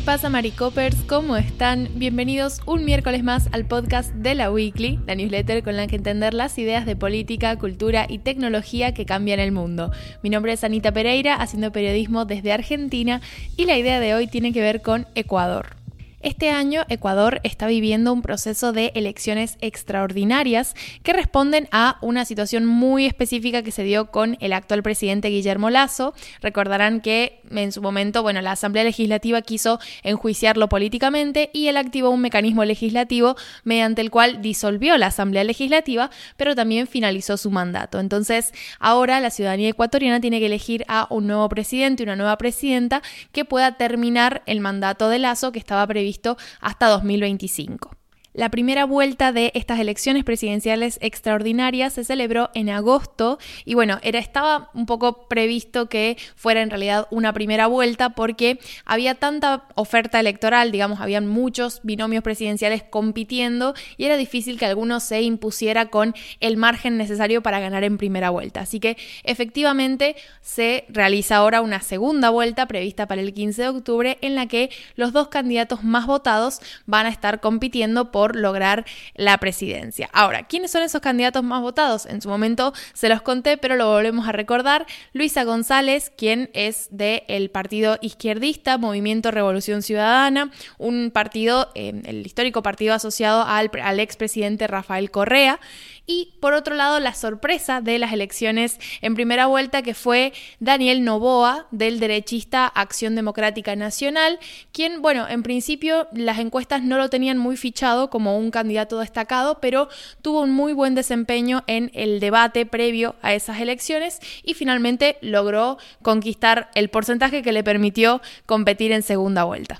pasa, Maricopers? ¿Cómo están? Bienvenidos un miércoles más al podcast de La Weekly, la newsletter con la que entender las ideas de política, cultura y tecnología que cambian el mundo. Mi nombre es Anita Pereira, haciendo periodismo desde Argentina, y la idea de hoy tiene que ver con Ecuador. Este año, Ecuador está viviendo un proceso de elecciones extraordinarias que responden a una situación muy específica que se dio con el actual presidente Guillermo Lasso. Recordarán que en su momento, la Asamblea Legislativa quiso enjuiciarlo políticamente y él activó un mecanismo legislativo mediante el cual disolvió la Asamblea Legislativa, pero también finalizó su mandato. Entonces, ahora la ciudadanía ecuatoriana tiene que elegir a un nuevo presidente, una nueva presidenta que pueda terminar el mandato de Lasso, que estaba previsto hasta 2025. La primera vuelta de estas elecciones presidenciales extraordinarias se celebró en agosto y estaba un poco previsto que fuera en realidad una primera vuelta porque había tanta oferta electoral, habían muchos binomios presidenciales compitiendo y era difícil que alguno se impusiera con el margen necesario para ganar en primera vuelta. Así que efectivamente se realiza ahora una segunda vuelta prevista para el 15 de octubre en la que los dos candidatos más votados van a estar compitiendo por lograr la presidencia. Ahora, ¿quiénes son esos candidatos más votados? En su momento se los conté, pero lo volvemos a recordar. Luisa González, quien es del partido izquierdista Movimiento Revolución Ciudadana, un partido, el histórico partido asociado al expresidente Rafael Correa. Y por otro lado, la sorpresa de las elecciones en primera vuelta, que fue Daniel Noboa, del derechista Acción Democrática Nacional, quien, en principio las encuestas no lo tenían muy fichado como un candidato destacado, pero tuvo un muy buen desempeño en el debate previo a esas elecciones y finalmente logró conquistar el porcentaje que le permitió competir en segunda vuelta.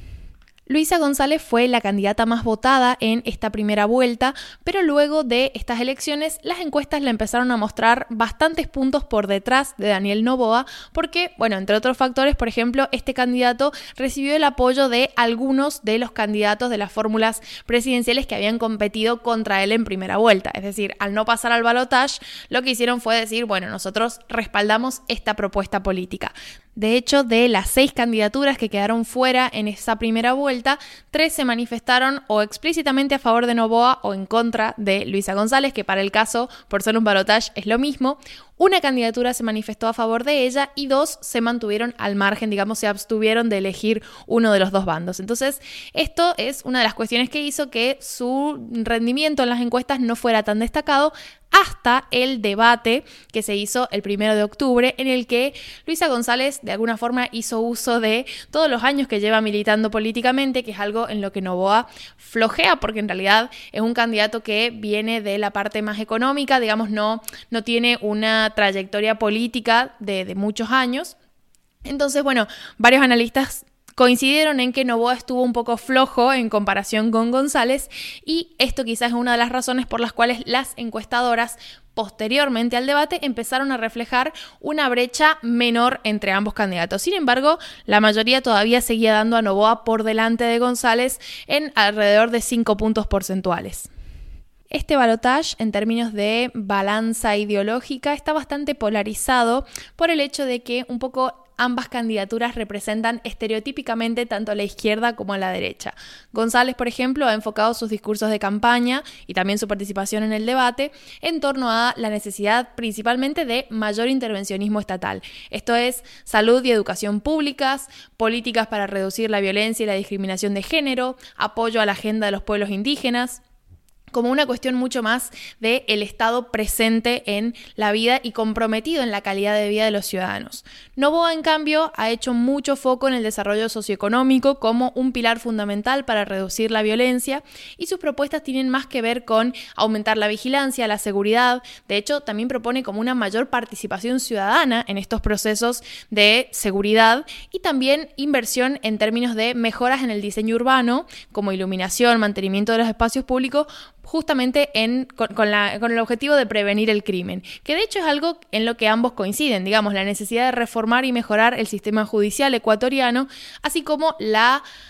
Luisa González fue la candidata más votada en esta primera vuelta, pero luego de estas elecciones las encuestas le empezaron a mostrar bastantes puntos por detrás de Daniel Noboa porque, entre otros factores, por ejemplo, este candidato recibió el apoyo de algunos de los candidatos de las fórmulas presidenciales que habían competido contra él en primera vuelta. Es decir, al no pasar al balotaje, lo que hicieron fue decir, nosotros respaldamos esta propuesta política. De hecho, de las 6 candidaturas que quedaron fuera en esa primera vuelta, 3 se manifestaron o explícitamente a favor de Noboa o en contra de Luisa González, que para el caso, por ser un balotaje, es lo mismo. Una candidatura se manifestó a favor de ella y 2 se mantuvieron al margen, se abstuvieron de elegir uno de los dos bandos. Entonces, esto es una de las cuestiones que hizo que su rendimiento en las encuestas no fuera tan destacado hasta el debate que se hizo el 1 de octubre, en el que Luisa González de alguna forma hizo uso de todos los años que lleva militando políticamente, que es algo en lo que Noboa flojea, porque en realidad es un candidato que viene de la parte más económica, no tiene una trayectoria política de muchos años. Entonces, varios analistas coincidieron en que Noboa estuvo un poco flojo en comparación con González y esto quizás es una de las razones por las cuales las encuestadoras posteriormente al debate empezaron a reflejar una brecha menor entre ambos candidatos. Sin embargo, la mayoría todavía seguía dando a Noboa por delante de González en alrededor de 5 puntos porcentuales. Este balotaje, en términos de balanza ideológica, está bastante polarizado por el hecho de que un poco ambas candidaturas representan estereotípicamente tanto a la izquierda como a la derecha. González, por ejemplo, ha enfocado sus discursos de campaña y también su participación en el debate en torno a la necesidad principalmente de mayor intervencionismo estatal. Esto es salud y educación públicas, políticas para reducir la violencia y la discriminación de género, apoyo a la agenda de los pueblos indígenas, como una cuestión mucho más del Estado presente en la vida y comprometido en la calidad de vida de los ciudadanos. Noboa, en cambio, ha hecho mucho foco en el desarrollo socioeconómico como un pilar fundamental para reducir la violencia y sus propuestas tienen más que ver con aumentar la vigilancia, la seguridad. De hecho, también propone como una mayor participación ciudadana en estos procesos de seguridad y también inversión en términos de mejoras en el diseño urbano, como iluminación, mantenimiento de los espacios públicos, justamente con el objetivo de prevenir el crimen, que de hecho es algo en lo que ambos coinciden, la necesidad de reformar y mejorar el sistema judicial ecuatoriano, así como la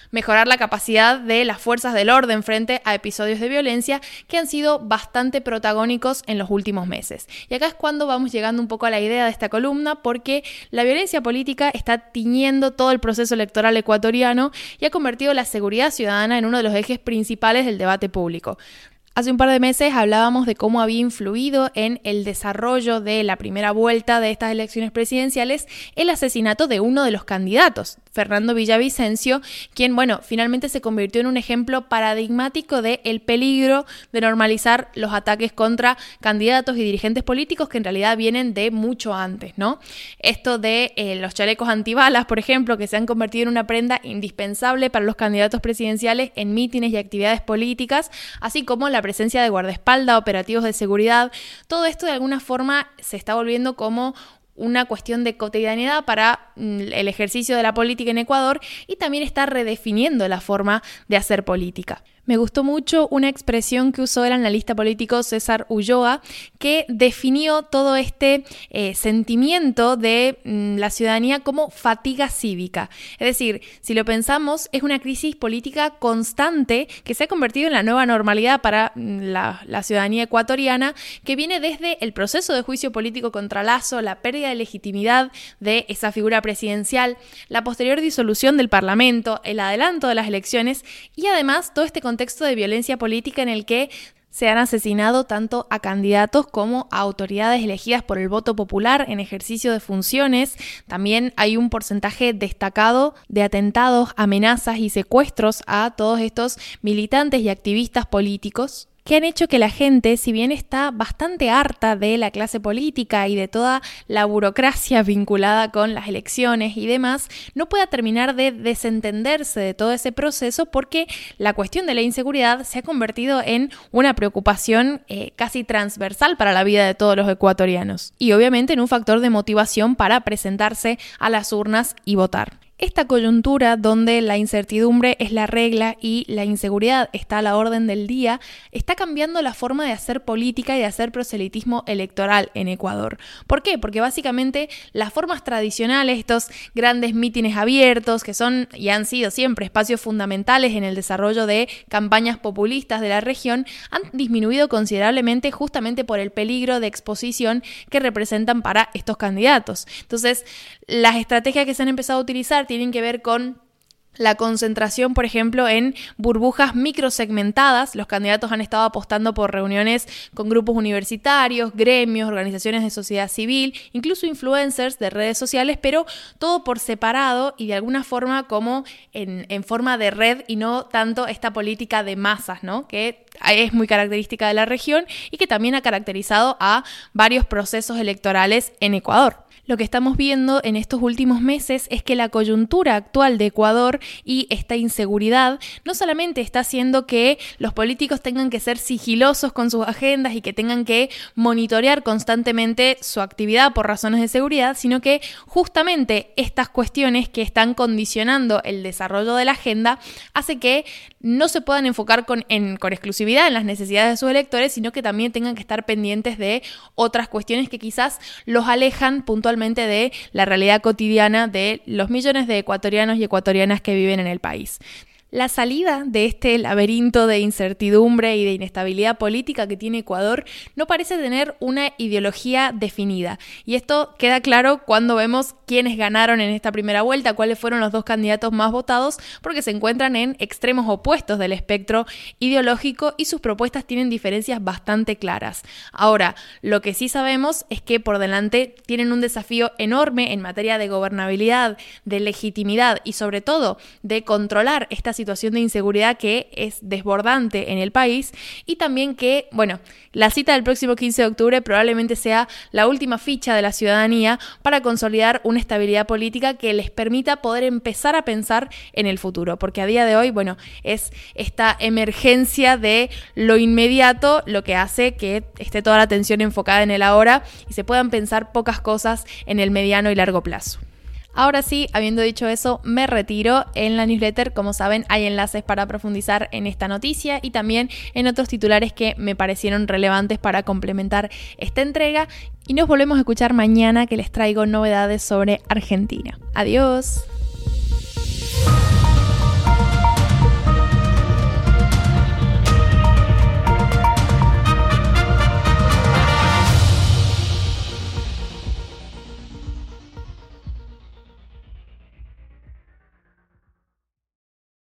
mejorar la capacidad de las fuerzas del orden frente a episodios de violencia que han sido bastante protagónicos en los últimos meses. Y acá es cuando vamos llegando un poco a la idea de esta columna, porque la violencia política está tiñendo todo el proceso electoral ecuatoriano y ha convertido la seguridad ciudadana en uno de los ejes principales del debate público. Hace un par de meses hablábamos de cómo había influido en el desarrollo de la primera vuelta de estas elecciones presidenciales el asesinato de uno de los candidatos, Fernando Villavicencio, quien, finalmente se convirtió en un ejemplo paradigmático del peligro de normalizar los ataques contra candidatos y dirigentes políticos que en realidad vienen de mucho antes, ¿no? Esto de los chalecos antibalas, por ejemplo, que se han convertido en una prenda indispensable para los candidatos presidenciales en mítines y actividades políticas, así como la presencia de guardaespaldas, operativos de seguridad. Todo esto de alguna forma se está volviendo como una cuestión de cotidianidad para el ejercicio de la política en Ecuador y también está redefiniendo la forma de hacer política. Me gustó mucho una expresión que usó el analista político César Ulloa, que definió todo este sentimiento de la ciudadanía como fatiga cívica. Es decir, si lo pensamos, es una crisis política constante que se ha convertido en la nueva normalidad para la ciudadanía ecuatoriana, que viene desde el proceso de juicio político contra Lasso, la pérdida de legitimidad de esa figura presidencial, la posterior disolución del Parlamento, el adelanto de las elecciones y además todo este contexto de violencia política en el que se han asesinado tanto a candidatos como a autoridades elegidas por el voto popular en ejercicio de funciones. También hay un porcentaje destacado de atentados, amenazas y secuestros a todos estos militantes y activistas políticos, que han hecho que la gente, si bien está bastante harta de la clase política y de toda la burocracia vinculada con las elecciones y demás, no pueda terminar de desentenderse de todo ese proceso, porque la cuestión de la inseguridad se ha convertido en una preocupación casi transversal para la vida de todos los ecuatorianos y obviamente en un factor de motivación para presentarse a las urnas y votar. Esta coyuntura donde la incertidumbre es la regla y la inseguridad está a la orden del día, está cambiando la forma de hacer política y de hacer proselitismo electoral en Ecuador. ¿Por qué? Porque básicamente las formas tradicionales, estos grandes mítines abiertos que son y han sido siempre espacios fundamentales en el desarrollo de campañas populistas de la región, han disminuido considerablemente justamente por el peligro de exposición que representan para estos candidatos. Entonces, las estrategias que se han empezado a utilizar tienen que ver con la concentración, por ejemplo, en burbujas microsegmentadas. Los candidatos han estado apostando por reuniones con grupos universitarios, gremios, organizaciones de sociedad civil, incluso influencers de redes sociales, pero todo por separado y de alguna forma como en forma de red y no tanto esta política de masas, ¿no? Que es muy característica de la región y que también ha caracterizado a varios procesos electorales en Ecuador. Lo que estamos viendo en estos últimos meses es que la coyuntura actual de Ecuador y esta inseguridad no solamente está haciendo que los políticos tengan que ser sigilosos con sus agendas y que tengan que monitorear constantemente su actividad por razones de seguridad, sino que justamente estas cuestiones que están condicionando el desarrollo de la agenda hace que no se puedan enfocar con exclusividad en las necesidades de sus electores, sino que también tengan que estar pendientes de otras cuestiones que quizás los alejan puntualmente de la realidad cotidiana de los millones de ecuatorianos y ecuatorianas que viven en el país. La salida de este laberinto de incertidumbre y de inestabilidad política que tiene Ecuador no parece tener una ideología definida. Y esto queda claro cuando vemos quiénes ganaron en esta primera vuelta, cuáles fueron los dos candidatos más votados, porque se encuentran en extremos opuestos del espectro ideológico y sus propuestas tienen diferencias bastante claras. Ahora, lo que sí sabemos es que por delante tienen un desafío enorme en materia de gobernabilidad, de legitimidad y sobre todo de controlar esta situación de inseguridad que es desbordante en el país y también que, la cita del próximo 15 de octubre probablemente sea la última ficha de la ciudadanía para consolidar una estabilidad política que les permita poder empezar a pensar en el futuro, porque a día de hoy, es esta emergencia de lo inmediato lo que hace que esté toda la atención enfocada en el ahora y se puedan pensar pocas cosas en el mediano y largo plazo. Ahora sí, habiendo dicho eso, me retiro. En la newsletter, como saben, hay enlaces para profundizar en esta noticia y también en otros titulares que me parecieron relevantes para complementar esta entrega. Y nos volvemos a escuchar mañana, que les traigo novedades sobre Argentina. Adiós.